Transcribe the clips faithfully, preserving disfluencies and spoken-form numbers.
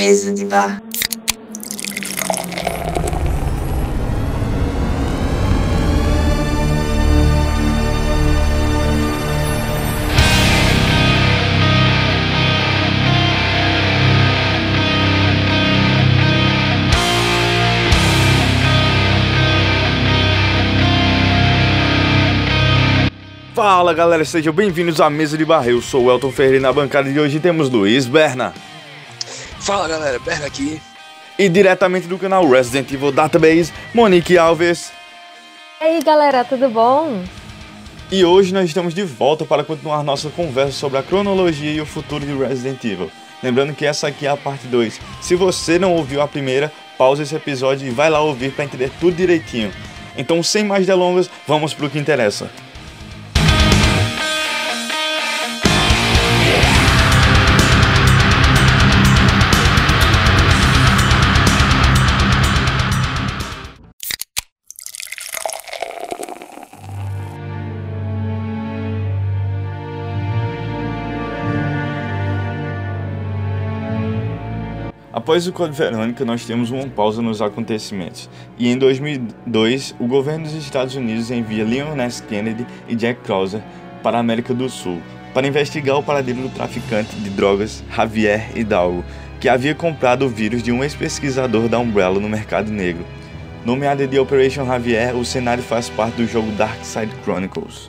mesa de bar. Fala galera, sejam bem-vindos à Mesa de Bar. Eu sou o Elton Ferreira e na bancada de hoje temos Luiz Berna. Fala galera, Berna aqui. E diretamente do canal Resident Evil Database, Monique Alves. E aí galera, tudo bom? E hoje nós estamos de volta para continuar nossa conversa sobre a cronologia e o futuro de Resident Evil. Lembrando que essa aqui é a parte dois. Se você não ouviu a primeira, pausa esse episódio e vai lá ouvir para entender tudo direitinho. Então, sem mais delongas, vamos para o que interessa. Após o Code Verônica, nós temos uma pausa nos acontecimentos, e em dois mil e dois, o governo dos Estados Unidos envia Leon S. Kennedy e Jack Krauser para a América do Sul, para investigar o paradeiro do traficante de drogas Javier Hidalgo, que havia comprado o vírus de um ex-pesquisador da Umbrella no mercado negro. Nomeado de Operation Javier, o cenário faz parte do jogo Dark Side Chronicles.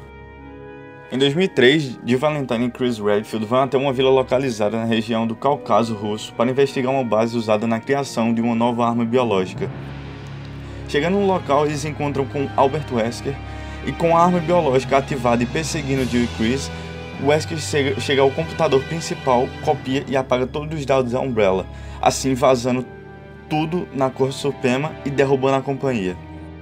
Em dois mil e três, Jill Valentine e Chris Redfield vão até uma vila localizada na região do Cáucaso russo para investigar uma base usada na criação de uma nova arma biológica. Chegando no local, eles se encontram com Albert Wesker, e com a arma biológica ativada e perseguindo Jill e Chris, Wesker chega, chega ao computador principal, copia e apaga todos os dados da Umbrella, assim vazando tudo na Corte Suprema e derrubando a companhia.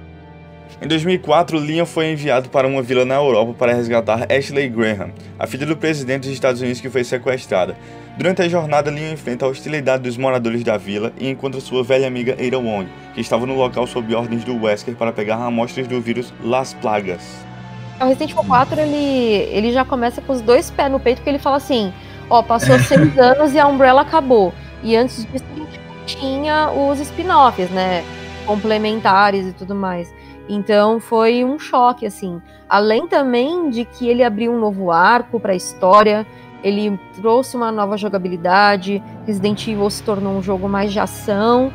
Em dois mil e quatro, Leon foi enviado para uma vila na Europa para resgatar Ashley Graham, a filha do presidente dos Estados Unidos que foi sequestrada. Durante a jornada, Leon enfrenta a hostilidade dos moradores da vila e encontra sua velha amiga Ada Wong, que estava no local sob ordens do Wesker para pegar amostras do vírus Las Plagas. O Resident Evil quatro, ele, ele já começa com os dois pés no peito, porque ele fala assim, ó, passou seis anos e a Umbrella acabou. E antes disso, a gente tinha os spin-offs, né, complementares e tudo mais. Então foi um choque, assim. Além também de que ele abriu um novo arco para a história, ele trouxe uma nova jogabilidade, Resident Evil se tornou um jogo mais de ação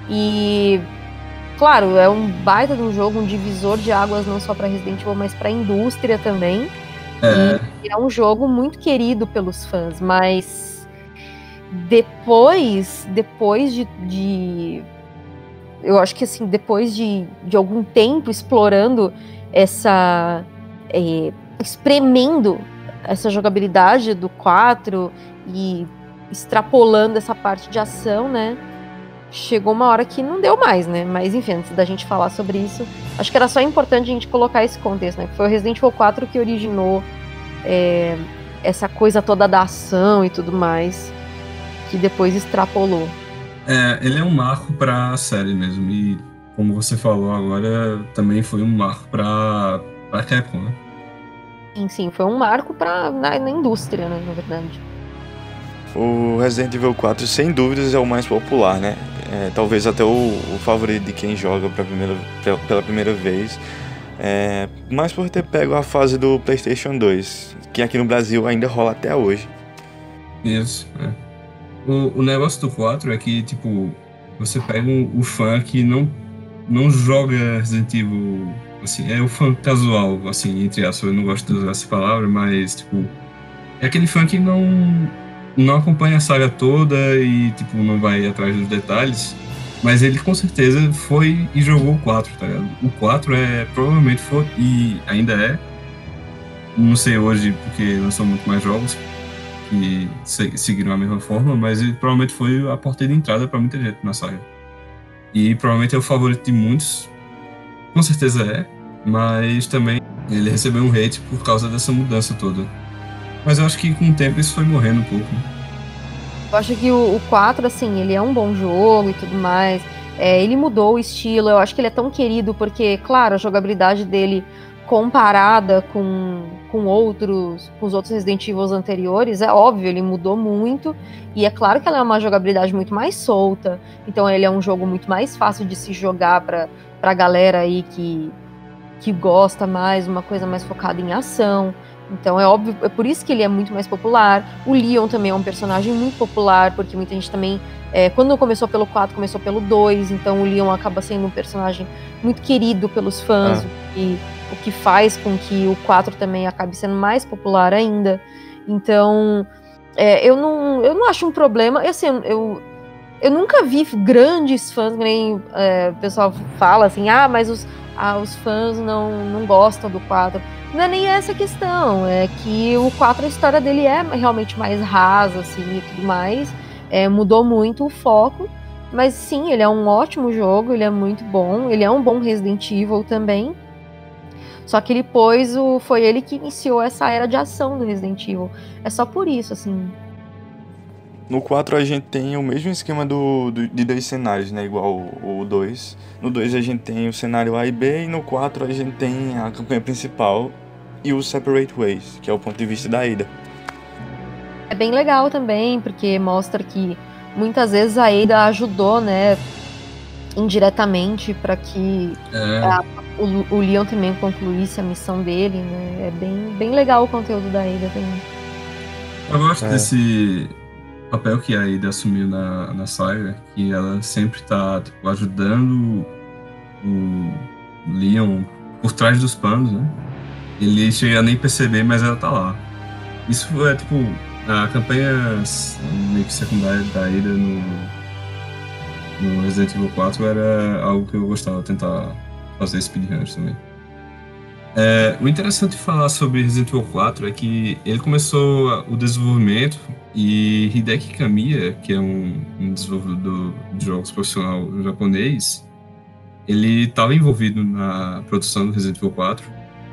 e, claro, é um baita de um jogo, um divisor de águas não só para Resident Evil, mas para a indústria também. É. E é um jogo muito querido pelos fãs, mas depois, depois de... de eu acho que assim, depois de, de algum tempo explorando essa... É, espremendo essa jogabilidade do quatro e extrapolando essa parte de ação, né? Chegou uma hora que não deu mais, né? Mas enfim, antes da gente falar sobre isso, acho que era só importante a gente colocar esse contexto, né? Foi o Resident Evil quatro que originou é, essa coisa toda da ação e tudo mais, que depois extrapolou. É, ele é um marco para a série mesmo, e como você falou agora, também foi um marco para a Capcom, né? Sim, sim, foi um marco pra, na, na indústria, né, na verdade. O Resident Evil quatro, sem dúvidas, é o mais popular, né? É, talvez até o, o favorito de quem joga pra primeira, pela primeira vez, é, mas por ter pego a fase do PlayStation dois, que aqui no Brasil ainda rola até hoje. Isso, é. O, o negócio do quatro é que, tipo, você pega o, o fã que não, não joga Resident Evil, assim, é o fã casual, assim, entre aspas, eu não gosto de usar essa palavra, mas, tipo, é aquele fã que não, não acompanha a saga toda e, tipo, não vai atrás dos detalhes, mas ele com certeza foi e jogou o quatro, tá ligado? O quatro é, provavelmente foi, e ainda é, não sei hoje porque lançou muito mais jogos, que seguiram a mesma forma, mas ele provavelmente foi a porta de entrada para muita gente na saga. E provavelmente é o favorito de muitos, com certeza é, mas também ele recebeu um hate por causa dessa mudança toda. Mas eu acho que com o tempo isso foi morrendo um pouco. Eu acho que o, o quatro, assim, ele é um bom jogo e tudo mais, é, ele mudou o estilo, eu acho que ele é tão querido porque, claro, a jogabilidade dele comparada com, com outros, com os outros Resident Evil anteriores, é óbvio, ele mudou muito, e é claro que ela é uma jogabilidade muito mais solta, então ele é um jogo muito mais fácil de se jogar pra, pra galera aí que, que gosta mais, uma coisa mais focada em ação. Então é óbvio, é por isso que ele é muito mais popular. O Leon também é um personagem muito popular, porque muita gente também, é, quando não começou pelo quatro, começou pelo dois, então o Leon acaba sendo um personagem muito querido pelos fãs, ah. e o que faz com que o quatro também acabe sendo mais popular ainda. Então, é, eu, não, eu não acho um problema. Assim, eu, eu nunca vi grandes fãs, nem é, o pessoal fala assim, ah, mas os, ah, os fãs não, não gostam do quatro. Não é nem essa questão, é que o quatro, a história dele é realmente mais rasa, assim, e tudo mais. É, mudou muito o foco, mas sim, ele é um ótimo jogo, ele é muito bom, ele é um bom Resident Evil também. Só que depois o, foi ele que iniciou essa era de ação do Resident Evil. É só por isso, assim. No quatro a gente tem o mesmo esquema do, do, de dois cenários, né? Igual o, o dois. No dois a gente tem o cenário A e B, e no quatro a gente tem a campanha principal e o Separate Ways, que é o ponto de vista da Ada. É bem legal também, porque mostra que muitas vezes a Ada ajudou, né? Indiretamente, para que é. a, o, o Leon também concluísse a missão dele, né? É bem, bem legal o conteúdo da Ada também. Eu gosto é. desse papel que a Ada assumiu na, na saga, que ela sempre tá tipo, ajudando o Leon por trás dos panos, né? Ele chega a nem perceber, mas ela tá lá. Isso é tipo a campanha meio que secundária da Ada no no Resident Evil quatro era algo que eu gostava de tentar fazer speedruns também. É, o interessante de falar sobre Resident Evil quatro é que ele começou o desenvolvimento e Hideki Kamiya, que é um, um desenvolvedor de jogos profissional japonês, ele estava envolvido na produção do Resident Evil quatro,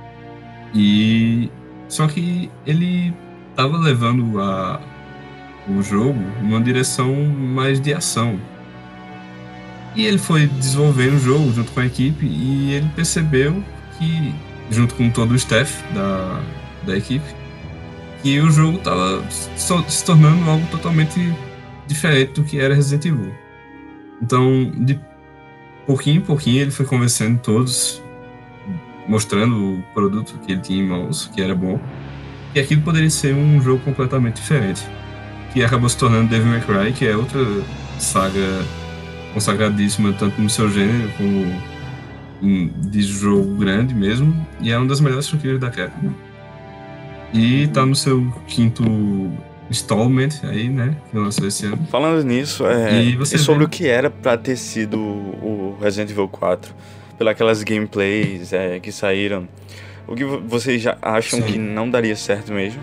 e só que ele estava levando a, o jogo numa direção mais de ação. E ele foi desenvolvendo o jogo junto com a equipe e ele percebeu que, junto com todo o staff da, da equipe, que o jogo estava se tornando algo totalmente diferente do que era Resident Evil. Então, de pouquinho em pouquinho, ele foi convencendo todos, mostrando o produto que ele tinha em mãos, que era bom, e aquilo poderia ser um jogo completamente diferente, que acabou se tornando Devil May Cry, que é outra saga consagradíssima tanto no seu gênero como de jogo grande mesmo, e é uma das melhores franquias da Capcom. E tá no seu quinto installment aí, né, que lançou esse ano. Falando nisso, é, e, e sobre vê... o que era pra ter sido o Resident Evil quatro, pelas gameplays é, que saíram, o que vocês já acham Sim. que não daria certo mesmo?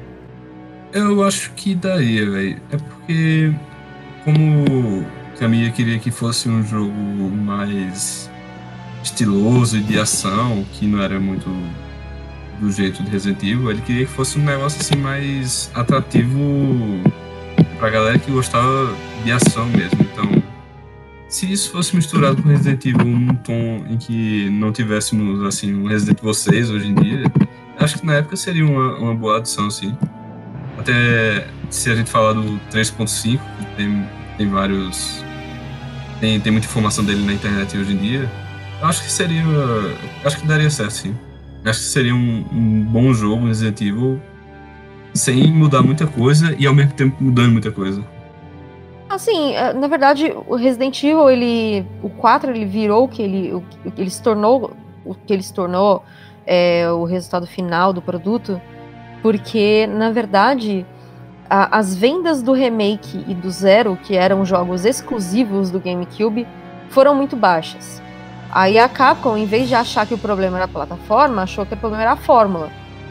Eu acho que daria, velho. É porque como Kamiya queria que fosse um jogo mais estiloso e de ação, que não era muito do jeito de Resident Evil, ele queria que fosse um negócio assim mais atrativo pra galera que gostava de ação mesmo. Então, se isso fosse misturado com Resident Evil num tom em que não tivéssemos assim um Resident Evil seis hoje em dia, acho que na época seria uma, uma boa adição, sim. Até se a gente falar do três ponto cinco, que tem, tem vários... Tem, tem muita informação dele na internet hoje em dia, eu acho que seria... Acho que daria certo, sim. Acho que seria um, um bom jogo Resident Evil sem mudar muita coisa e ao mesmo tempo mudando muita coisa. Assim, na verdade, o Resident Evil, ele, o quatro, ele virou o que ele, o, ele se tornou, o que ele se tornou é, o resultado final do produto, porque, na verdade, a, as vendas do Remake e do Zero, que eram jogos exclusivos do GameCube, foram muito baixas. Aí a Capcom, em vez de achar que o problema era a plataforma, achou que o problema era a fórmula.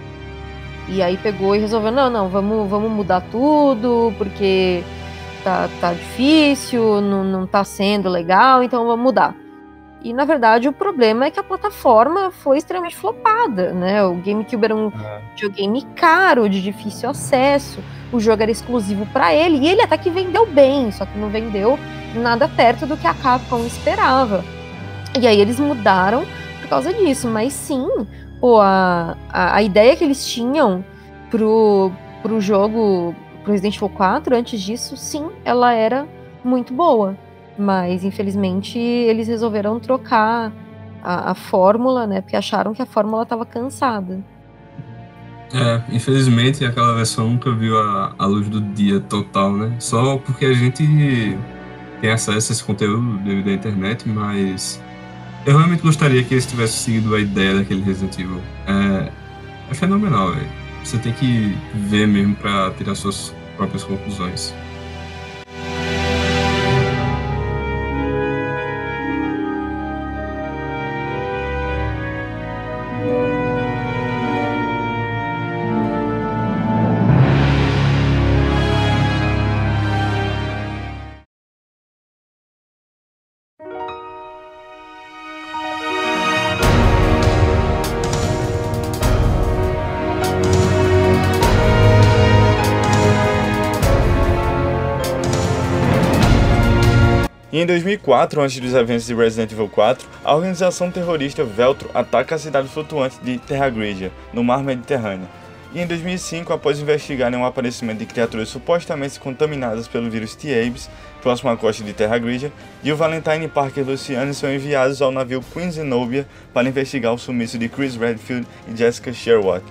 E aí pegou e resolveu, não, não, vamos, vamos mudar tudo, porque tá, tá difícil, não, não tá sendo legal, então vamos mudar. E, na verdade, o problema é que a plataforma foi extremamente flopada, né? O GameCube era um é. videogame caro, de difícil acesso, o jogo era exclusivo para ele, e ele até que vendeu bem, só que não vendeu nada perto do que a Capcom esperava. E aí eles mudaram por causa disso, mas sim, pô, a, a, a ideia que eles tinham pro, pro jogo, pro Resident Evil quatro, antes disso, sim, ela era muito boa. Mas, infelizmente, eles resolveram trocar a, a fórmula, né? Porque acharam que a fórmula estava cansada. É, infelizmente aquela versão nunca viu a, a luz do dia total, né? Só porque a gente tem acesso a esse conteúdo devido à internet, mas eu realmente gostaria que eles tivessem seguido a ideia daquele Resident Evil. É, é fenomenal, velho. Você tem que ver mesmo pra tirar suas próprias conclusões. E em dois mil e quatro, antes dos eventos de Resident Evil quatro, a organização terrorista Veltro ataca a cidade flutuante de Terra Grigia, no mar Mediterrâneo. E em dois mil e cinco, após investigarem o aparecimento de criaturas supostamente contaminadas pelo vírus T-Aedes, próximo à costa de Terra Grigia, Jill Valentine, Parker e Luciane são enviados ao navio Queen Zenobia para investigar o sumiço de Chris Redfield e Jessica Sherwood.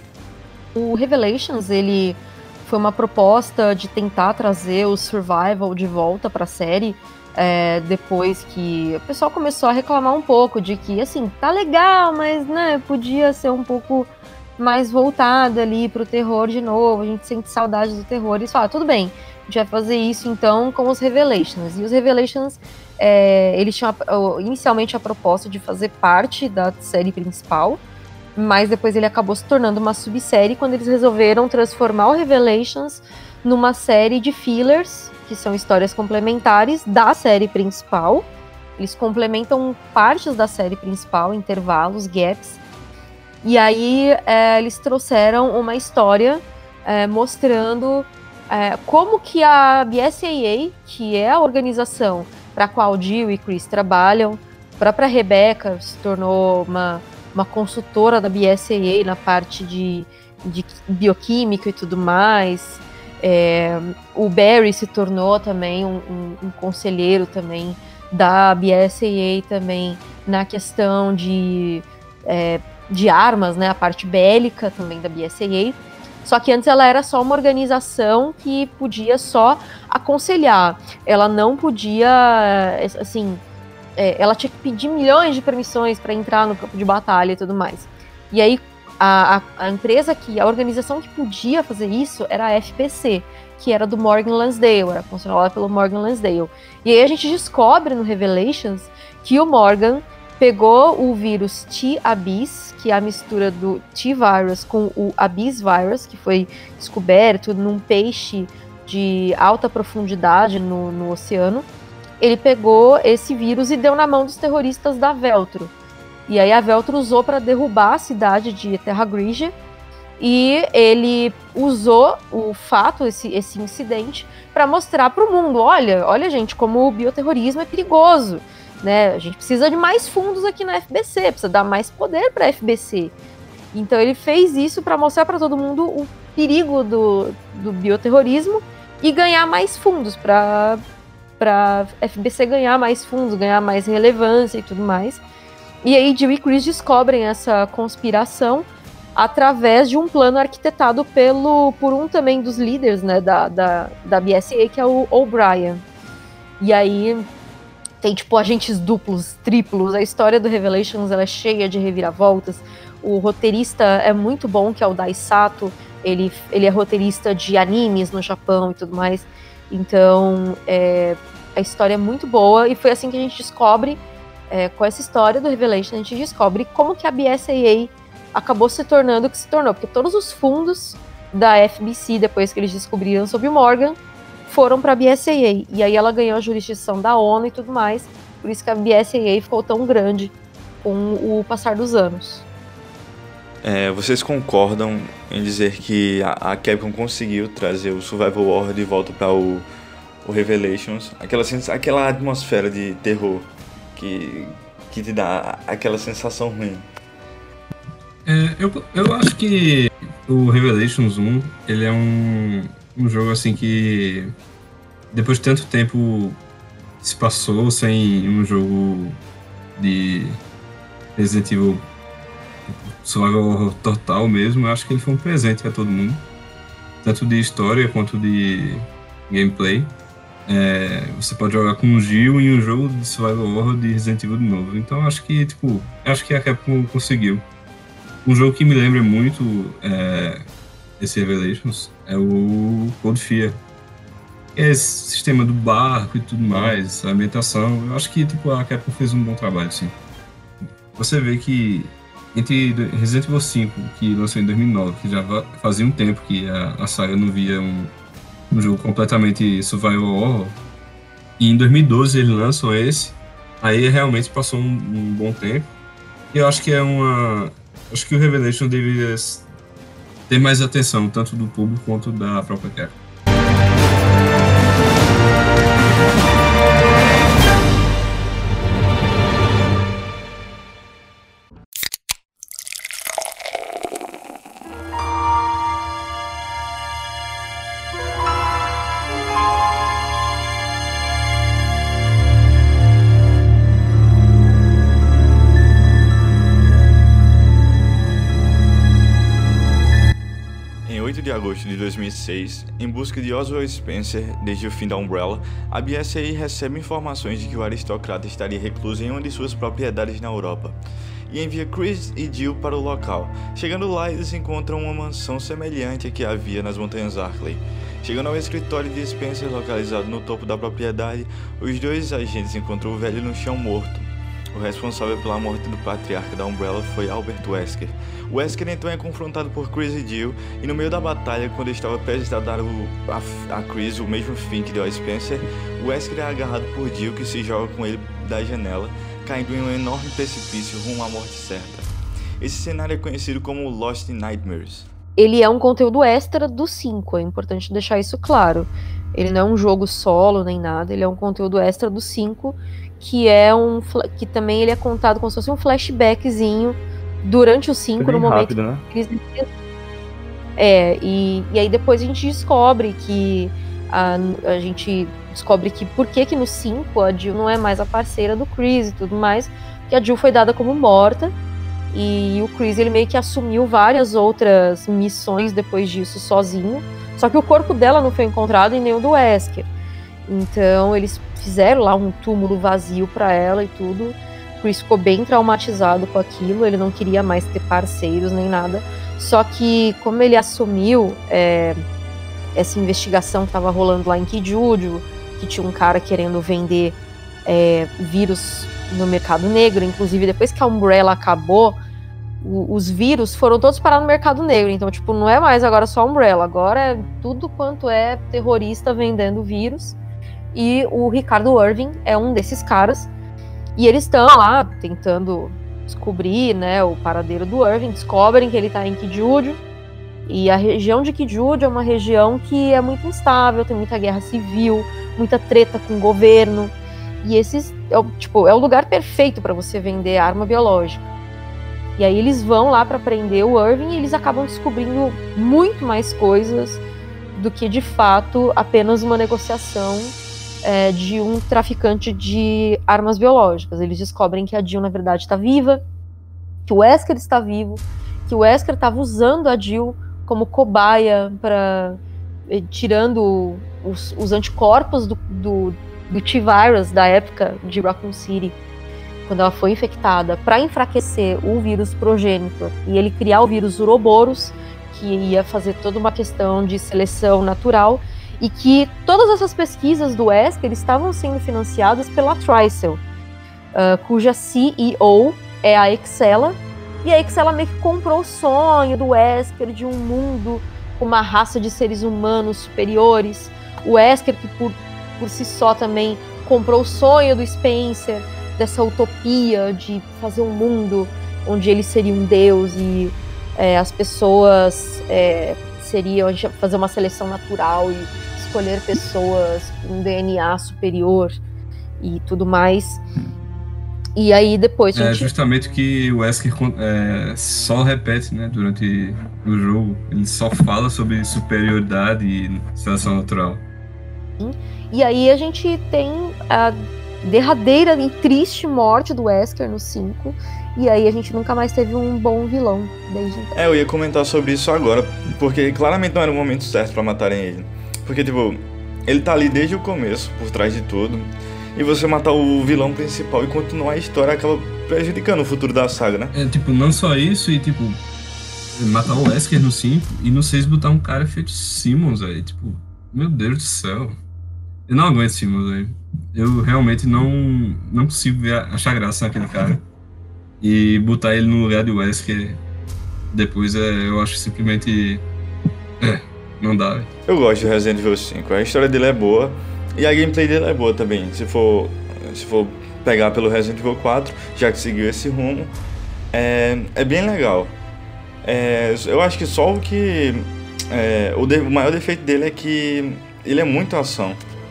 O Revelations, ele foi uma proposta de tentar trazer o survival de volta para a série, é, depois que o pessoal começou a reclamar um pouco de que, assim, tá legal, mas, né, podia ser um pouco mais voltada ali pro terror de novo, a gente sente saudade do terror, e eles falaram, tudo bem, a gente vai fazer isso então com os Revelations. E os Revelations, é, eles tinham a, inicialmente a proposta de fazer parte da série principal, mas depois ele acabou se tornando uma subsérie quando eles resolveram transformar o Revelations numa série de fillers, que são histórias complementares da série principal. Eles complementam partes da série principal, intervalos, gaps. E aí é, eles trouxeram uma história é, mostrando é, como que a B S A A, que é a organização para a qual Jill e Chris trabalham, a própria Rebecca se tornou uma, uma consultora da B S A A na parte de, de bioquímica e tudo mais. É, o Barry se tornou também um, um, um conselheiro também da B S A A também na questão de, é, de armas, né, a parte bélica também da B S A A. Só que antes ela era só uma organização que podia só aconselhar. Ela não podia, assim, é, ela tinha que pedir milhões de permissões para entrar no campo de batalha e tudo mais. E aí A, a, a empresa que, a organização que podia fazer isso era a F B C, que era do Morgan Lansdale, era controlada pelo Morgan Lansdale. E aí a gente descobre no Revelations que o Morgan pegou o vírus T-Abyss, que é a mistura do T-Virus com o Abyss Virus, que foi descoberto num peixe de alta profundidade no, no oceano. Ele pegou esse vírus e deu na mão dos terroristas da Veltro. E aí a Veltro usou para derrubar a cidade de Terra Grigia, e ele usou o fato, esse, esse incidente, para mostrar para o mundo, olha, olha gente, como o bioterrorismo é perigoso, né? A gente precisa de mais fundos aqui na F B C, precisa dar mais poder para a F B C. Então ele fez isso para mostrar para todo mundo o perigo do, do bioterrorismo e ganhar mais fundos, para para F B C ganhar mais fundos, ganhar mais relevância e tudo mais. E aí Jill e Chris descobrem essa conspiração através de um plano arquitetado pelo, por um também dos líderes, né, da, da, da B S A A, que é o O'Brien. E aí tem tipo agentes duplos, triplos, a história do Revelations ela é cheia de reviravoltas. O roteirista é muito bom, que é o Dai Sato, ele, ele é roteirista de animes no Japão e tudo mais. Então é, a história é muito boa, e foi assim que a gente descobre, É, com essa história do Revelation, a gente descobre como que a B S A A acabou se tornando o que se tornou, porque todos os fundos da F B C, depois que eles descobriram sobre o Morgan, foram para a B S A A, e aí ela ganhou a jurisdição da ONU e tudo mais, por isso que a B S A A ficou tão grande com o passar dos anos. É, vocês concordam em dizer que a, a Capcom conseguiu trazer o Survival Horror de volta para o, o Revelations, aquela, aquela atmosfera de terror Que, que te dá aquela sensação ruim? É, eu, eu acho que o Revelations um, ele é um, um jogo assim que depois de tanto tempo se passou sem um jogo de Resident Evil survival horror total mesmo, eu acho que ele foi um presente a todo mundo, tanto de história quanto de gameplay. É, você pode jogar com o Jill em um jogo de survival horror de Resident Evil de novo. Então acho que, tipo, acho que a Capcom conseguiu. Um jogo que me lembra muito é, esse Revelations é o Cold Fear. É esse sistema do barco e tudo mais, a ambientação. Eu acho que, tipo, a Capcom fez um bom trabalho, sim. Você vê que entre Resident Evil cinco, que lançou em dois mil e nove, que já fazia um tempo que a, a saga não via um, um jogo completamente survival horror, e em dois mil e doze eles lançam esse, aí realmente passou um, um bom tempo. E eu acho que é uma... Acho que o Revelation deveria ter mais atenção, tanto do público quanto da própria Capcom. oito de agosto de dois mil e seis, em busca de Oswald Spencer desde o fim da Umbrella, a B S A recebe informações de que o aristocrata estaria recluso em uma de suas propriedades na Europa, e envia Chris e Jill para o local. Chegando lá, eles encontram uma mansão semelhante à que havia nas Montanhas Arklay. Chegando ao escritório de Spencer, localizado no topo da propriedade, os dois agentes encontram o velho no chão morto. O responsável pela morte do patriarca da Umbrella foi Albert Wesker. Wesker então é confrontado por Chris e Jill, e no meio da batalha, quando estava prestes a dar o, a, a Chris o mesmo fim que deu a Spencer, Wesker é agarrado por Jill, que se joga com ele da janela, caindo em um enorme precipício rumo à morte certa. Esse cenário é conhecido como Lost in Nightmares. Ele é um conteúdo extra do cinco, é importante deixar isso claro. Ele não é um jogo solo nem nada, ele é um conteúdo extra do cinco, que é um que também ele é contado como se fosse um flashbackzinho durante o cinco, no momento rápido, né? que eles... É, e, e aí depois a gente descobre que a, a gente descobre que por que que no cinco a Jill não é mais a parceira do Chris e tudo mais, que a Jill foi dada como morta, e o Chris ele meio que assumiu várias outras missões depois disso sozinho, só que o corpo dela não foi encontrado e nem o do Wesker. Então eles fizeram lá um túmulo vazio pra ela e tudo. O Chris ficou bem traumatizado com aquilo, ele não queria mais ter parceiros nem nada. Só que como ele assumiu é, essa investigação que estava rolando lá em Kijuju, que tinha um cara querendo vender é, vírus no mercado negro, inclusive depois que a Umbrella acabou, o, os vírus foram todos parar no mercado negro. Então, tipo, não é mais agora só a Umbrella, agora é tudo quanto é terrorista vendendo vírus. E o Ricardo Irving é um desses caras. E eles estão lá tentando descobrir, né, o paradeiro do Irving. Descobrem que ele está em Kijuju. E a região de Kijuju é uma região que é muito instável, tem muita guerra civil, muita treta com o governo. E esses é o, tipo, é o lugar perfeito para você vender arma biológica. E aí eles vão lá para prender o Irving e eles acabam descobrindo muito mais coisas do que, de fato, apenas uma negociação É, de um traficante de armas biológicas. Eles descobrem que a Jill, na verdade, está viva, que o Wesker está vivo, que o Wesker estava usando a Jill como cobaia para tirando os, os anticorpos do, do, do T-Virus da época de Raccoon City, quando ela foi infectada, para enfraquecer o vírus progenitor e ele criar o vírus Uroboros, que ia fazer toda uma questão de seleção natural. E que todas essas pesquisas do Wesker estavam sendo financiadas pela Tricell, uh, cuja C E O é a Excella, e a Excella meio que comprou o sonho do Wesker de um mundo com uma raça de seres humanos superiores. O Wesker, que por, por si só também comprou o sonho do Spencer, dessa utopia de fazer um mundo onde ele seria um deus e é, as pessoas é, seriam, a gente ia fazer uma seleção natural e escolher pessoas com D N A superior e tudo mais. E aí depois a É gente... justamente o que o Wesker é, só repete, né, durante o jogo. Ele só fala sobre superioridade e seleção natural. E aí a gente tem a derradeira e triste morte do Wesker no cinco. E aí a gente nunca mais teve um bom vilão desde então. É, eu ia comentar sobre isso agora, porque claramente não era o momento certo pra matarem ele. Porque, tipo, ele tá ali desde o começo, por trás de tudo. E você matar o vilão principal e continuar a história acaba prejudicando o futuro da saga, né? É, tipo, não só isso, e tipo, matar o Wesker no cinco e no seis botar um cara feito Simmons aí, tipo, meu Deus do céu. Eu não aguento Simmons aí. Eu realmente não, não consigo ver, achar graça naquele cara. E botar ele no lugar de Wesker depois é, eu acho simplesmente. É, não dá, véio. Eu gosto de Resident Evil cinco, a história dele é boa e a gameplay dele é boa também. Se for, se for pegar pelo Resident Evil quatro, já que seguiu esse rumo, é, é bem legal. É, eu acho que só o que. É, o, de, o maior defeito dele é que ele é muito ação.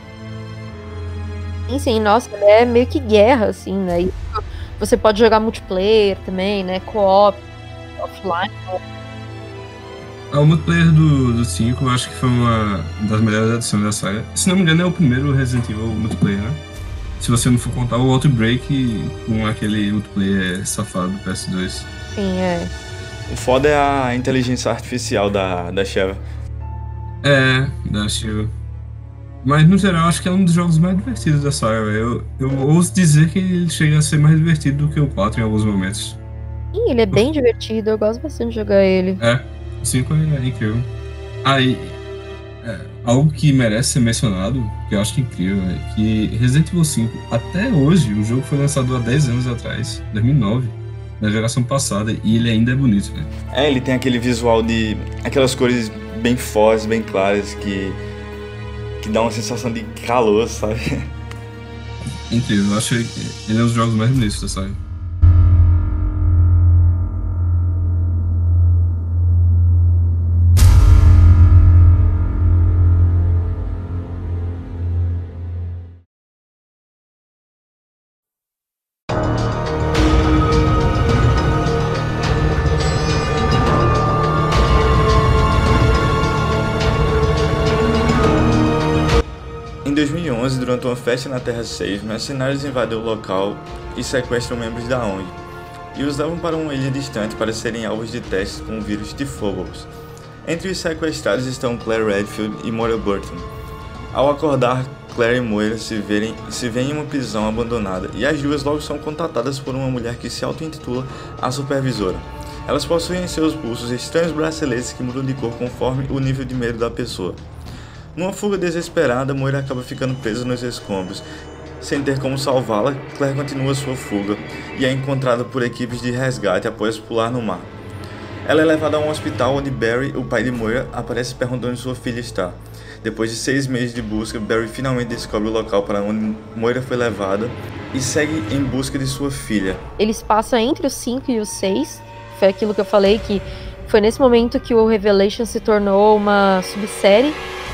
Sim, sim, nossa, ele é meio que guerra, assim, né? E você pode jogar multiplayer também, né? Co-op, offline. Ah, o multiplayer do cinco eu acho que foi uma das melhores adições da saga. Se não me engano, é o primeiro Resident Evil multiplayer, né? Se você não for contar o Outbreak com aquele multiplayer safado do P S dois. Sim, é. O foda é a inteligência artificial da, da Sheva. É, da Shiva. Mas no geral, acho que é um dos jogos mais divertidos da saga. Eu, eu ouso dizer que ele chega a ser mais divertido do que o quatro em alguns momentos. Sim, ele é bem divertido, eu gosto bastante de jogar ele. É, o cinco é incrível. Aí, é, algo que merece ser mencionado, que eu acho que é incrível, é que Resident Evil cinco, até hoje, o jogo foi lançado há dez anos atrás, dois mil e nove, na geração passada, e ele ainda é bonito, né? É, ele tem aquele visual de. Aquelas cores bem fortes, bem claras, que. que dá uma sensação de calor, sabe? Incrível, eu acho que ele é um dos jogos mais bonitos da saga. Em dois mil e onze, durante uma festa na Terra seis, mercenários invadem o local e sequestram membros da O N G, e os levam para uma ilha distante para serem alvos de testes com o vírus T Phobos. Entre os sequestrados estão Claire Redfield e Moira Burton. Ao acordar, Claire e Moira se, verem, se veem em uma prisão abandonada, e as duas logo são contatadas por uma mulher que se auto-intitula a Supervisora. Elas possuem em seus pulsos estranhos braceletes que mudam de cor conforme o nível de medo da pessoa. Numa fuga desesperada, Moira acaba ficando presa nos escombros. Sem ter como salvá-la, Claire continua sua fuga e é encontrada por equipes de resgate após pular no mar. Ela é levada a um hospital onde Barry, o pai de Moira, aparece perguntando onde sua filha está. Depois de seis meses de busca, Barry finalmente descobre o local para onde Moira foi levada e segue em busca de sua filha. Eles passam entre os cinco e os seis. Foi aquilo que eu falei, que foi nesse momento que o Revelation se tornou uma subsérie,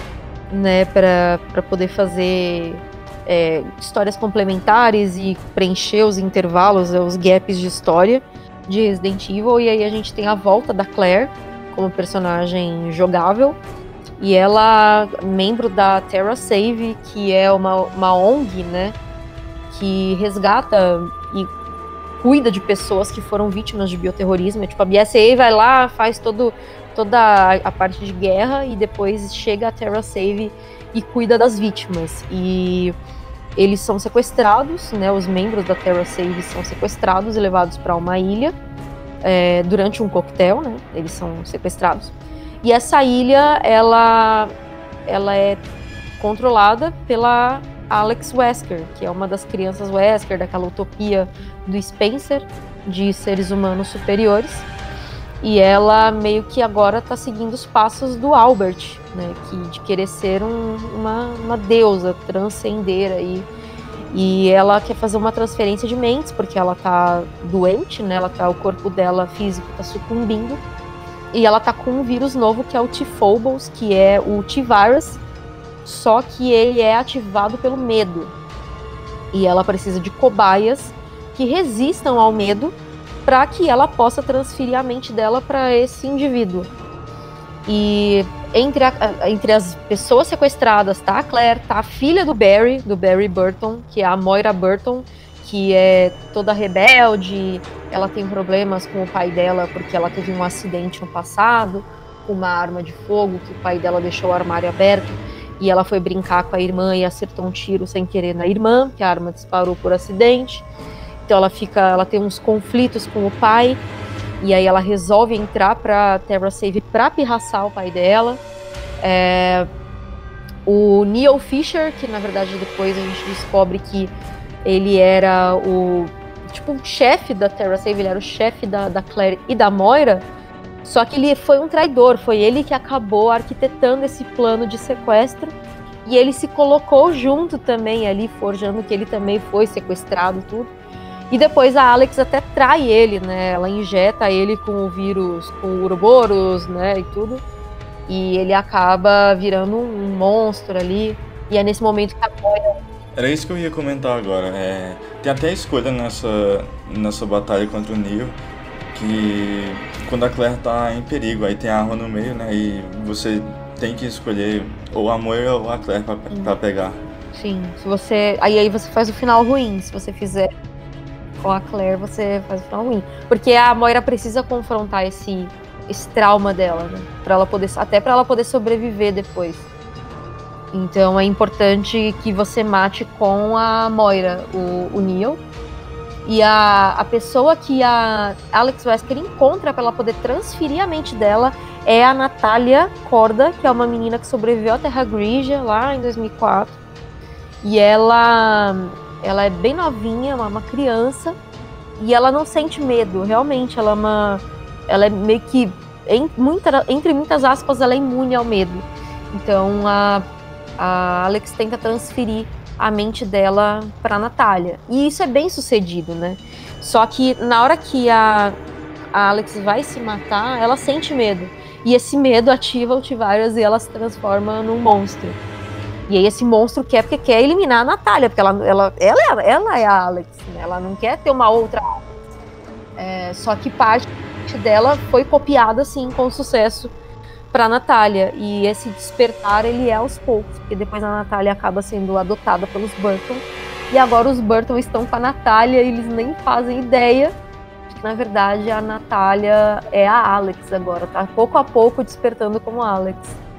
né, para poder fazer é, histórias complementares e preencher os intervalos, os gaps de história de Resident Evil. E aí a gente tem a volta da Claire como personagem jogável, e ela membro da Terra Save, que é uma, uma O N G, né, que resgata e cuida de pessoas que foram vítimas de bioterrorismo. Tipo, a B S A A vai lá, faz todo toda a parte de guerra e depois chega a Terra Save e cuida das vítimas. E eles são sequestrados, né, os membros da Terra Save são sequestrados e levados para uma ilha é, durante um coquetel, né, eles são sequestrados. E essa ilha, ela, ela é controlada pela Alex Wesker, que é uma das crianças Wesker, daquela utopia do Spencer, de seres humanos superiores. E ela meio que agora tá seguindo os passos do Albert, né, que, de querer ser um, uma, uma deusa, transcender aí. E ela quer fazer uma transferência de mentes, porque ela tá doente, né, ela tá, o corpo dela físico tá sucumbindo. E ela tá com um vírus novo, que é o T Phobos, que é o T-Virus, só que ele é ativado pelo medo. E ela precisa de cobaias que resistam ao medo para que ela possa transferir a mente dela para esse indivíduo. E entre, a, entre as pessoas sequestradas tá a Claire, tá a filha do Barry, do Barry Burton, que é a Moira Burton, que é toda rebelde, ela tem problemas com o pai dela porque ela teve um acidente no passado, com uma arma de fogo, que o pai dela deixou o armário aberto, e ela foi brincar com a irmã e acertou um tiro sem querer na irmã, que a arma disparou por acidente. Então ela fica, ela tem uns conflitos com o pai, e aí ela resolve entrar pra Terra Save pra pirraçar o pai dela. É, o Neil Fisher, que na verdade depois a gente descobre que ele era o tipo o chefe da Terra Save, ele era o chefe da, da Claire e da Moira, só que ele foi um traidor, foi ele que acabou arquitetando esse plano de sequestro, e ele se colocou junto também ali, forjando que ele também foi sequestrado e tudo. E depois a Alex até trai ele, né? Ela injeta ele com o vírus, com o Ouroboros, né? E tudo. E ele acaba virando um monstro ali. E é nesse momento que a Moira... Era isso que eu ia comentar agora. É, tem até a escolha nessa, nessa batalha contra o Neil, que quando a Claire tá em perigo, aí tem a arma no meio, né? E você tem que escolher ou a Moira ou a Claire pra, pra pegar. Sim, se você... Aí, aí você faz o final ruim, se você fizer... com a Claire, você faz o final ruim. Porque a Moira precisa confrontar esse, esse trauma dela, né? Pra ela poder, até pra ela poder sobreviver depois. Então é importante que você mate com a Moira o, o Neil. E a, a pessoa que a Alex Wesker encontra pra ela poder transferir a mente dela é a Natália Corda, que é uma menina que sobreviveu à Terra Grigia lá em dois mil e quatro. E ela... Ela é bem novinha, uma, uma criança, e ela não sente medo, realmente. Ela é uma. Ela é meio que, em, muita, entre muitas aspas, ela é imune ao medo. Então a, a Alex tenta transferir a mente dela pra Natália. E isso é bem sucedido, né? Só que na hora que a, a Alex vai se matar, ela sente medo. E esse medo ativa o T-Virus e ela se transforma num monstro. E aí esse monstro quer porque quer eliminar a Natália, porque ela, ela, ela, ela é a Alex, né? Ela não quer ter uma outra Alex. É, só que parte dela foi copiada, assim, com sucesso para Natália. E esse despertar, ele é aos poucos, porque depois a Natália acaba sendo adotada pelos Burton. E agora os Burton estão com a Natália e eles nem fazem ideia de que, na verdade, a Natália é a Alex agora. Tá pouco a pouco despertando como Alex.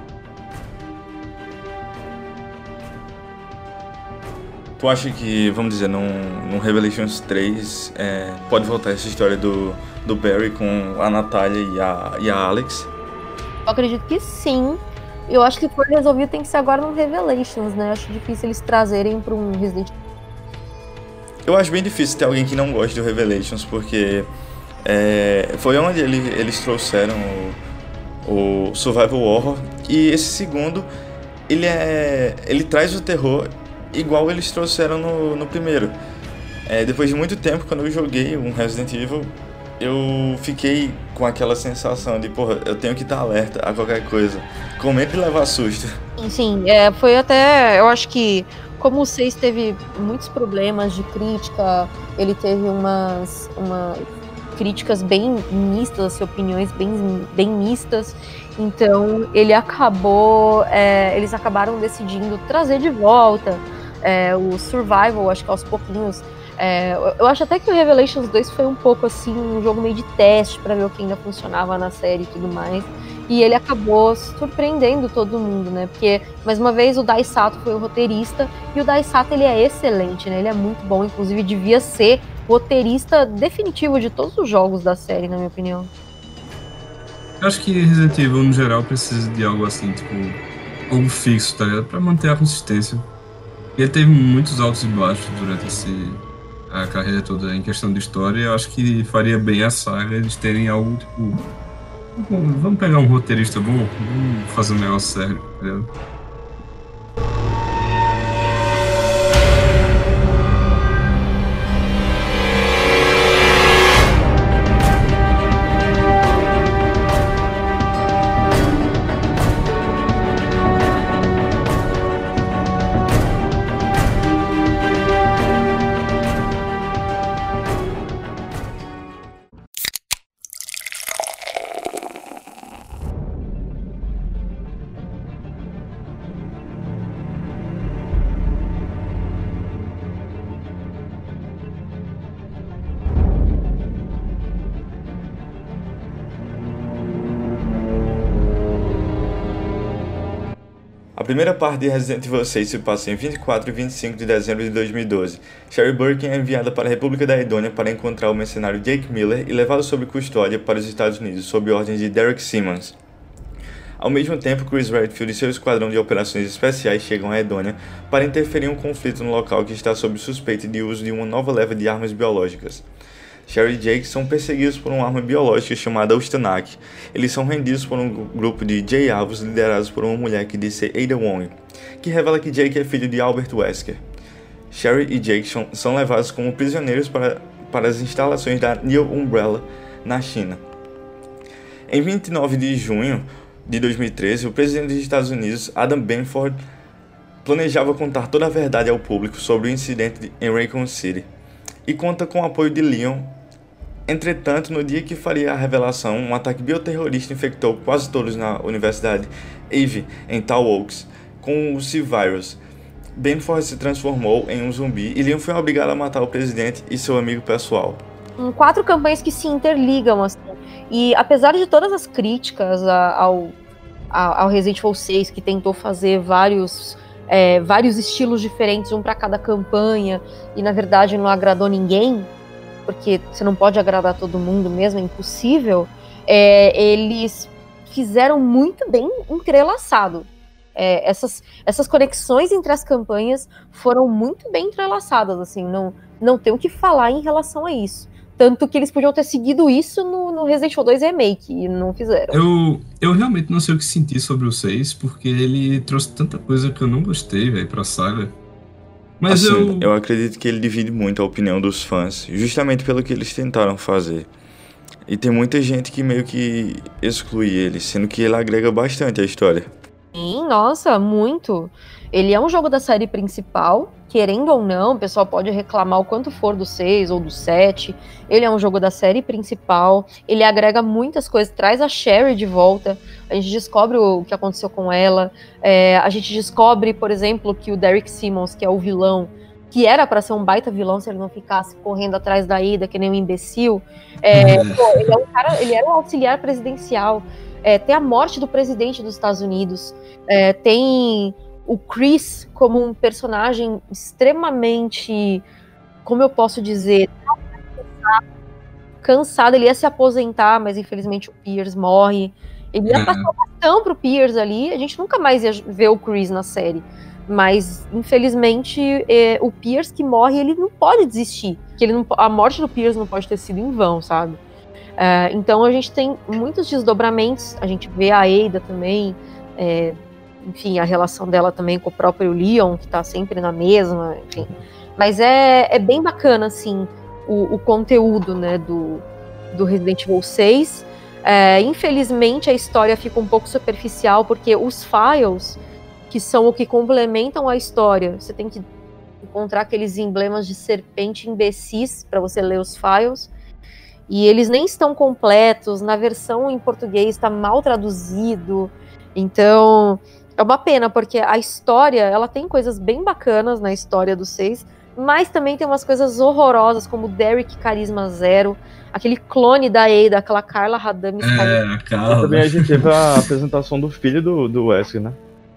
Tu acha que, vamos dizer, num, num Revelations três, é, pode voltar essa história do, do Barry com a Natália e a, e a Alex? Eu acredito que sim. Eu acho que for resolvido tem que ser agora no Revelations, né? Eu acho difícil eles trazerem para um Resident Evil. Eu acho bem difícil ter alguém que não goste do Revelations, porque é, foi onde ele, eles trouxeram o, o Survival Horror, e esse segundo, ele, é, ele traz o terror igual eles trouxeram no, no primeiro. É, depois de muito tempo, quando eu joguei um Resident Evil, eu fiquei com aquela sensação de, porra, eu tenho que estar alerta a qualquer coisa, com medo de levar susto. Sim, sim, é, foi até, eu acho que, como o seis teve muitos problemas de crítica, ele teve umas, umas críticas bem mistas, assim, opiniões bem, bem mistas, então ele acabou, é, eles acabaram decidindo trazer de volta É, o Survival, acho que aos pouquinhos. É, eu acho até que o Revelations dois foi um pouco assim, um jogo meio de teste pra ver o que ainda funcionava na série e tudo mais. E ele acabou surpreendendo todo mundo, né? Porque, mais uma vez, o Dai Sato foi o roteirista, e o Dai Sato, ele é excelente, né? Ele é muito bom, inclusive devia ser o roteirista definitivo de todos os jogos da série, na minha opinião. Eu acho que Resident Evil, no geral, precisa de algo assim, tipo, algo fixo, tá ligado? Pra manter a consistência. E ele teve muitos altos e baixos durante esse, a carreira toda em questão de história. Eu acho que faria bem a saga eles terem algo tipo. Vamos pegar um roteirista bom, vamos fazer um negócio sério, tá ligado? A primeira parte de Resident Evil seis se passa em vinte e quatro e vinte e cinco de dezembro de dois mil e doze. Sherry Birkin é enviada para a República da Edônia para encontrar o mercenário Jake Miller e levá-lo sob custódia para os Estados Unidos, sob ordem de Derek Simmons. Ao mesmo tempo, Chris Redfield e seu esquadrão de operações especiais chegam a Edônia para interferir em um conflito no local que está sob suspeita de uso de uma nova leva de armas biológicas. Sherry e Jake são perseguidos por uma arma biológica chamada Ustanak. Eles são rendidos por um grupo de J-Avos liderados por uma mulher que diz ser Ada Wong, que revela que Jake é filho de Albert Wesker. Sherry e Jake são levados como prisioneiros para, para as instalações da New Umbrella na China. Em vinte e nove de junho de dois mil e treze, o presidente dos Estados Unidos, Adam Benford, planejava contar toda a verdade ao público sobre o incidente em Raycon City, e conta com o apoio de Leon. Entretanto, no dia que faria a revelação, um ataque bioterrorista infectou quase todos na Universidade Ivy, em Tall Oaks, com o C-Virus. Benford se transformou em um zumbi e Leon foi obrigado a matar o presidente e seu amigo pessoal. Quatro campanhas que se interligam, assim. E apesar de todas as críticas ao, ao Resident Evil seis, que tentou fazer vários... É, vários estilos diferentes, um para cada campanha, e na verdade não agradou ninguém, porque você não pode agradar todo mundo mesmo, é impossível. É, eles fizeram muito bem entrelaçado. É, essas, essas conexões entre as campanhas foram muito bem entrelaçadas, assim, não, não tem o que falar em relação a isso. Tanto que eles podiam ter seguido isso no, no Resident Evil dois Remake, e não fizeram. Eu, eu realmente não sei o que sentir sobre o seis, porque ele trouxe tanta coisa que eu não gostei, velho, pra saga. Mas assim, eu... eu acredito que ele divide muito a opinião dos fãs, justamente pelo que eles tentaram fazer. E tem muita gente que meio que exclui ele, sendo que ele agrega bastante à história. Sim, nossa, muito. Ele é um jogo da série principal, querendo ou não, o pessoal pode reclamar o quanto for do seis ou do sete. Ele é um jogo da série principal, ele agrega muitas coisas, traz a Sherry de volta, a gente descobre o que aconteceu com ela, é, a gente descobre, por exemplo, que o Derek Simmons, que é o vilão, que era pra ser um baita vilão se ele não ficasse correndo atrás da Ada, que nem um imbecil, é, pô, ele, é um cara, ele era um auxiliar presidencial. É, tem a morte do presidente dos Estados Unidos, é, tem o Chris como um personagem extremamente, como eu posso dizer, cansado, cansado, ele ia se aposentar, mas infelizmente o Pierce morre, ele ia passar o bastão pro Pierce ali, a gente nunca mais ia ver o Chris na série, mas infelizmente é, o Pierce que morre, ele não pode desistir, que ele não, a morte do Pierce não pode ter sido em vão, sabe? É, então a gente tem muitos desdobramentos, a gente vê a Ada também, é, enfim, a relação dela também com o próprio Leon, que tá sempre na mesma, enfim. Mas é, é bem bacana, assim, o, o conteúdo, né, do, do Resident Evil seis. É, infelizmente a história fica um pouco superficial, porque os files, que são o que complementam a história, você tem que encontrar aqueles emblemas de serpente imbecis para você ler os files, e eles nem estão completos, na versão em português está mal traduzido, então é uma pena, porque a história, ela tem coisas bem bacanas na história do seis, mas também tem umas coisas horrorosas, como Derek Carisma Zero, aquele clone da Ada, aquela Carla Radames. É, a Carla. Também a gente teve a apresentação do filho do, do Wesker, né?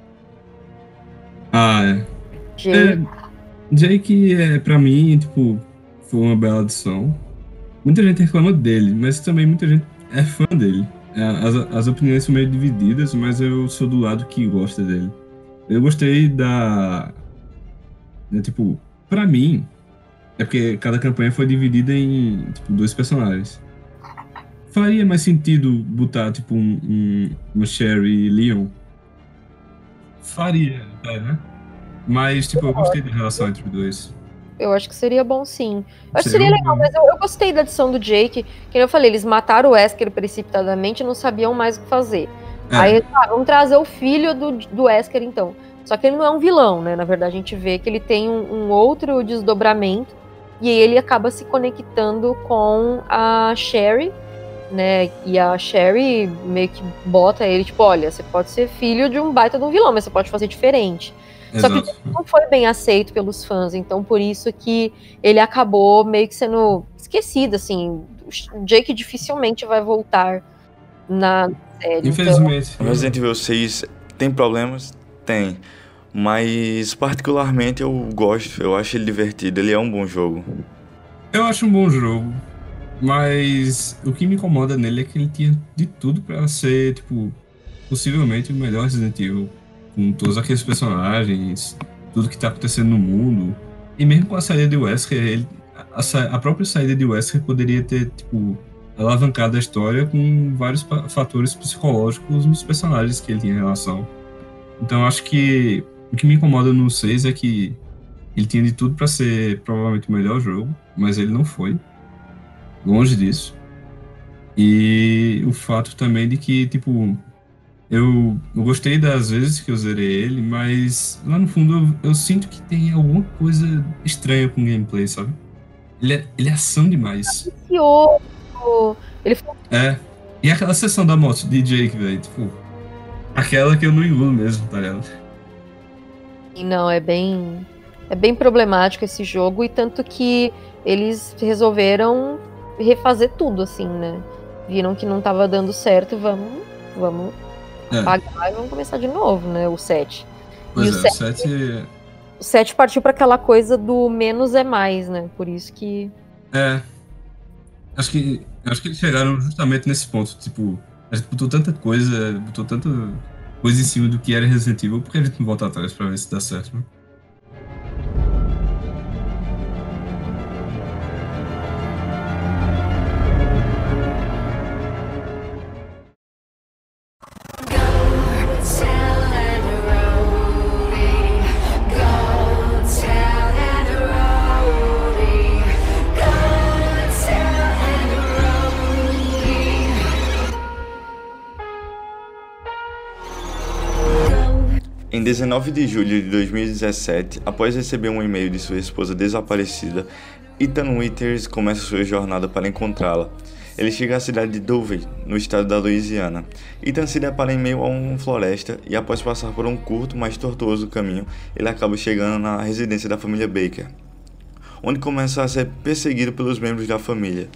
Ah, é. Jake. é. Jake, é, pra mim, tipo, foi uma bela adição. Muita gente reclama dele, mas também muita gente é fã dele. As, as opiniões são meio divididas, mas eu sou do lado que gosta dele. Eu gostei da... Né, tipo, pra mim, é porque cada campanha foi dividida em tipo, dois personagens. Faria mais sentido botar tipo um, um, um Sherry e Leon? Faria, é, né? Mas tipo, eu gostei da relação entre os dois. Eu acho que seria bom, sim. Eu acho que Seria seria legal, bom. mas eu, eu gostei da adição do Jake. Que eu falei, eles mataram o Wesker precipitadamente e não sabiam mais o que fazer. É. Aí, ah, vamos trazer o filho do, do Wesker, então. Só que ele não é um vilão, né? Na verdade, a gente vê que ele tem um, um outro desdobramento. E aí ele acaba se conectando com a Sherry, né? E a Sherry meio que bota ele, tipo, olha, você pode ser filho de um baita de um vilão, mas você pode fazer diferente. Só que Exato. não foi bem aceito pelos fãs, então por isso que ele acabou meio que sendo esquecido, assim. O Jake dificilmente vai voltar na série. Infelizmente. O Resident Evil seis tem problemas, Tem. Mas particularmente eu gosto, eu acho ele divertido, ele é um bom jogo. Eu acho um bom jogo, mas o que me incomoda nele é que ele tinha de tudo pra ser, tipo, possivelmente o melhor Resident Evil. Com todos aqueles personagens, tudo que tá acontecendo no mundo. E mesmo com a saída de Wesker, ele, a, sa- a própria saída de Wesker poderia ter, tipo, alavancado a história com vários pa- fatores psicológicos nos personagens que ele tinha em relação. Então eu acho que o que me incomoda no seis é que ele tinha de tudo pra ser provavelmente o melhor jogo, mas ele não foi. Longe disso. E o fato também de que, tipo, eu, eu gostei das vezes que eu zerei ele, mas lá no fundo eu, eu sinto que tem alguma coisa estranha com o gameplay, sabe? Ele é, ele é ação demais. Viciou. Ele foi É. E aquela sessão da moto de Jake, velho, tipo, aquela que eu não engulo mesmo, tá ligado? Não, é bem, é bem problemático esse jogo, e tanto que eles resolveram refazer tudo, assim, né? Viram que não tava dando certo, vamos, vamos É. apagar e vamos começar de novo, né? O sete. Pois e é, o o sete, sete o sete partiu pra aquela coisa do menos é mais, né? Por isso que... é. Acho que, acho que eles chegaram justamente nesse ponto, tipo, a gente botou tanta coisa, botou tanta coisa em cima do que era Resident Evil, por que a gente não volta atrás pra ver se dá certo, né? Em dezenove de julho de dois mil e dezessete, após receber um e-mail de sua esposa desaparecida, Ethan Winters começa sua jornada para encontrá-la. Ele chega à cidade de Dovey, no estado da Louisiana. Ethan se depara em meio a uma floresta e, após passar por um curto, mas tortuoso caminho, ele acaba chegando na residência da família Baker, onde começa a ser perseguido pelos membros da família.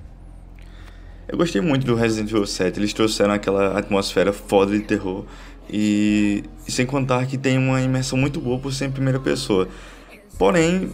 Eu gostei muito do Resident Evil sete, eles trouxeram aquela atmosfera foda de terror e, e sem contar que tem uma imersão muito boa por ser em primeira pessoa. Porém,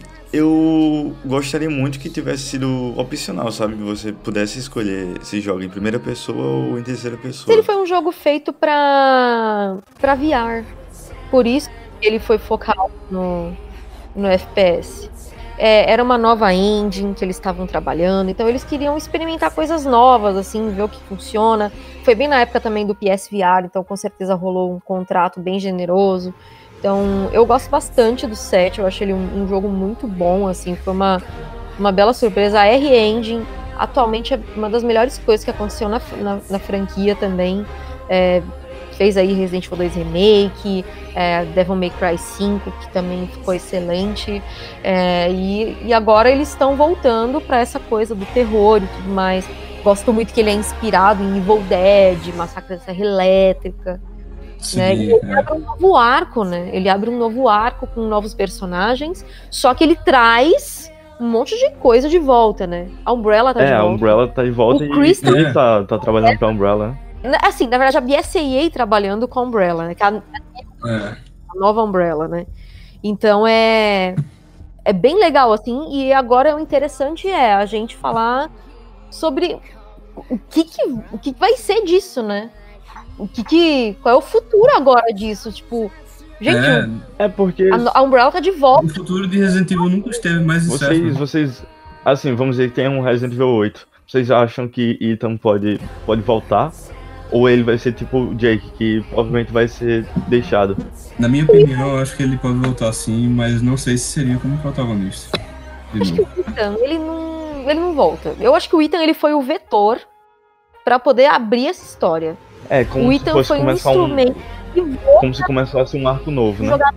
eu gostaria muito que tivesse sido opcional, sabe? Que você pudesse escolher se joga em primeira pessoa ou em terceira pessoa. Ele foi um jogo feito pra, pra V R. Por isso que ele foi focado no, no F P S. É, era uma nova engine que eles estavam trabalhando, então eles queriam experimentar coisas novas, assim, ver o que funciona. Foi bem na época também do P S V R, então com certeza rolou um contrato bem generoso. Então eu gosto bastante do sete, eu acho ele um, um jogo muito bom, assim, foi uma, uma bela surpresa. A R-Engine atualmente é uma das melhores coisas que aconteceu na, na, na franquia também. É, fez aí Resident Evil dois Remake, é, Devil May Cry cinco, que também ficou excelente, é, e, e agora eles estão voltando para essa coisa do terror e tudo mais. Gosto muito que ele é inspirado em Evil Dead, Massacre da Serra Elétrica, Sim, né? E ele é. abre um novo arco, né? Ele abre um novo arco com novos personagens, só que ele traz um monte de coisa de volta, né? A Umbrella tá de É, a volta. Umbrella tá de volta O e Chris ele também- tá, tá trabalhando pra Umbrella. Assim, na verdade, a B S A A trabalhando com a Umbrella, né? Que é a É. a nova Umbrella, né? Então é é bem legal, assim, e agora o interessante é a gente falar sobre o que que, o que que vai ser disso, né? O que que, qual é o futuro agora disso? Tipo, gente, É, É porque a, a Umbrella tá de volta. o futuro de Resident Evil nunca esteve mais incerto. vocês, vocês, assim, vamos dizer que tem um Resident Evil oito. Vocês acham que Ethan pode, pode voltar? Ou ele vai ser tipo o Jake, que provavelmente vai ser deixado? Na minha opinião, eu acho que ele pode voltar sim, mas não sei se seria como protagonista. De Acho que novo. o Ethan, ele não, ele não volta. Eu acho que o Ethan, ele foi o vetor pra poder abrir essa história. É, como O se Ethan fosse foi um começar um, instrumento que como se começasse um arco novo, né? jogar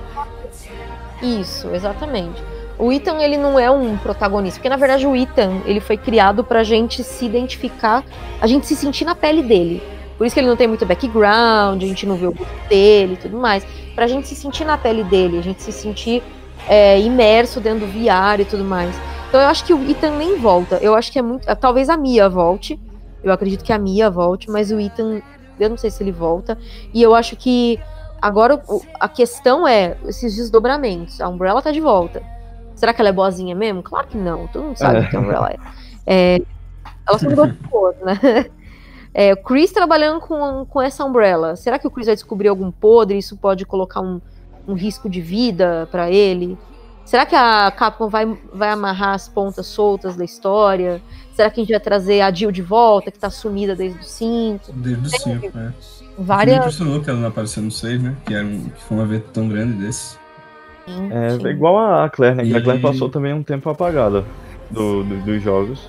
isso, exatamente. O Ethan, ele não é um protagonista, porque na verdade o Ethan, ele foi criado pra gente se identificar, a gente se sentir na pele dele. Por isso que ele não tem muito background, a gente não vê o rosto dele e tudo mais. Pra gente se sentir na pele dele, a gente se sentir é, imerso dentro do V R e tudo mais. Então eu acho que o Ethan nem volta. Eu acho que é muito. Talvez a Mia volte. Eu acredito que a Mia volte, mas o Ethan, eu não sei se ele volta. E eu acho que agora o, a questão é esses desdobramentos. A Umbrella tá de volta. Será que ela é boazinha mesmo? Claro que não. Todo mundo sabe É. que a Umbrella é. é ela só mudou de cor, né? É, o Chris trabalhando com, com essa Umbrella. Será que o Chris vai descobrir algum podre? Isso pode colocar um, um risco de vida pra ele? Será que a Capcom vai, vai amarrar as pontas soltas da história? Será que a gente vai trazer a Jill de volta, que tá sumida desde o cinco? Desde o cinco, né? Várias... Me impressionou que ela não apareceu no seis, né? Que, era um, que foi um evento tão grande desse. Sim, É sim. igual a Claire, né? Que a E- Claire passou também um tempo apagada do, do- dos jogos.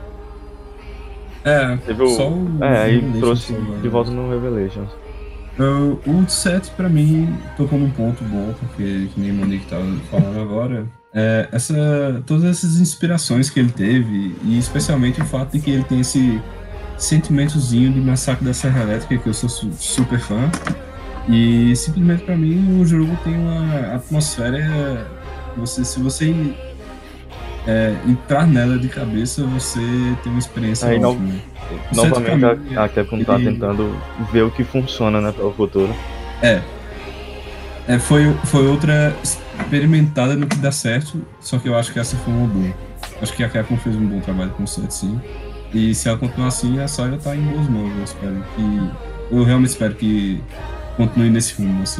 É, Teve o, só o é, aí Revelations trouxe só agora. de volta no Revelations. Uh, o sete, pra mim, tocou num ponto bom, porque, que nem o Monique tava falando agora, é, essa, todas essas inspirações que ele teve, e especialmente o fato de que ele tem esse sentimentozinho de Massacre da Serra Elétrica, que eu sou su- super fã, e simplesmente pra mim o jogo tem uma atmosfera, você, se você é, entrar nela de cabeça, você tem uma experiência Aí, no- ótima. O Novamente sete, pra mim, a, a Capcom tá ele- tentando ver o que funciona, né, para o futuro. É. É, foi, foi outra experimentada no que dá certo, só que eu acho que essa foi uma boa. Acho que a Capcom fez um bom trabalho com o set, sim. E se ela continuar assim, a Saga tá em boas mãos. Eu espero que. Eu realmente espero que continue nesse rumo, assim.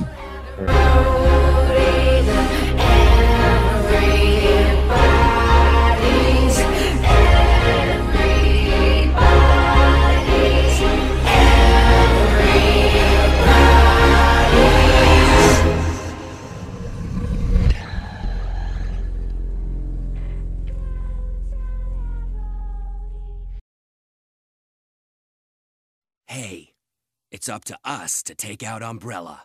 Hey, it's up to us to take out Umbrella.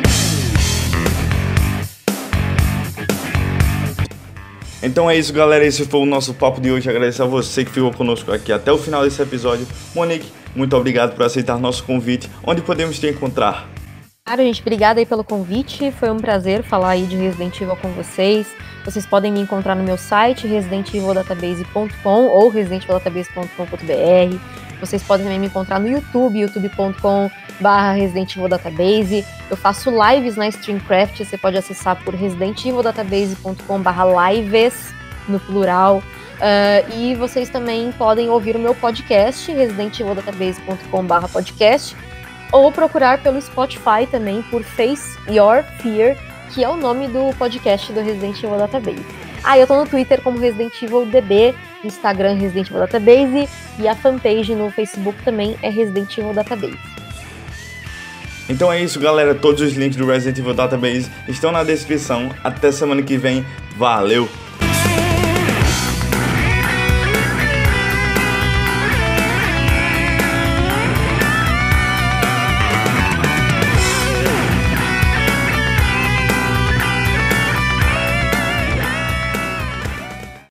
Então é isso, galera. Esse foi o nosso papo de hoje. Agradecer a você que ficou conosco aqui até o final desse episódio. Monique, muito obrigado por aceitar nosso convite. Onde podemos te encontrar? Claro, gente, obrigada aí pelo convite. Foi um prazer falar aí de Resident Evil com vocês. Vocês podem me encontrar no meu site, resident evil database ponto com ou resident evil database ponto com ponto b r. Vocês podem também me encontrar no YouTube, youtube ponto com barra resident evil database. Eu faço lives na Streamcraft, você pode acessar por resident evil database ponto com barra lives, no plural. Uh, e vocês também podem ouvir o meu podcast, resident evil database ponto com barra podcast, ou procurar pelo Spotify também por Face Your Fear, que é o nome do podcast do Resident Evil Database. Ah, eu tô no Twitter como Resident Evil D B, Instagram Resident Evil Database, e a fanpage no Facebook também é Resident Evil Database. Então é isso, galera. Todos os links do Resident Evil Database estão na descrição. Até semana que vem. Valeu!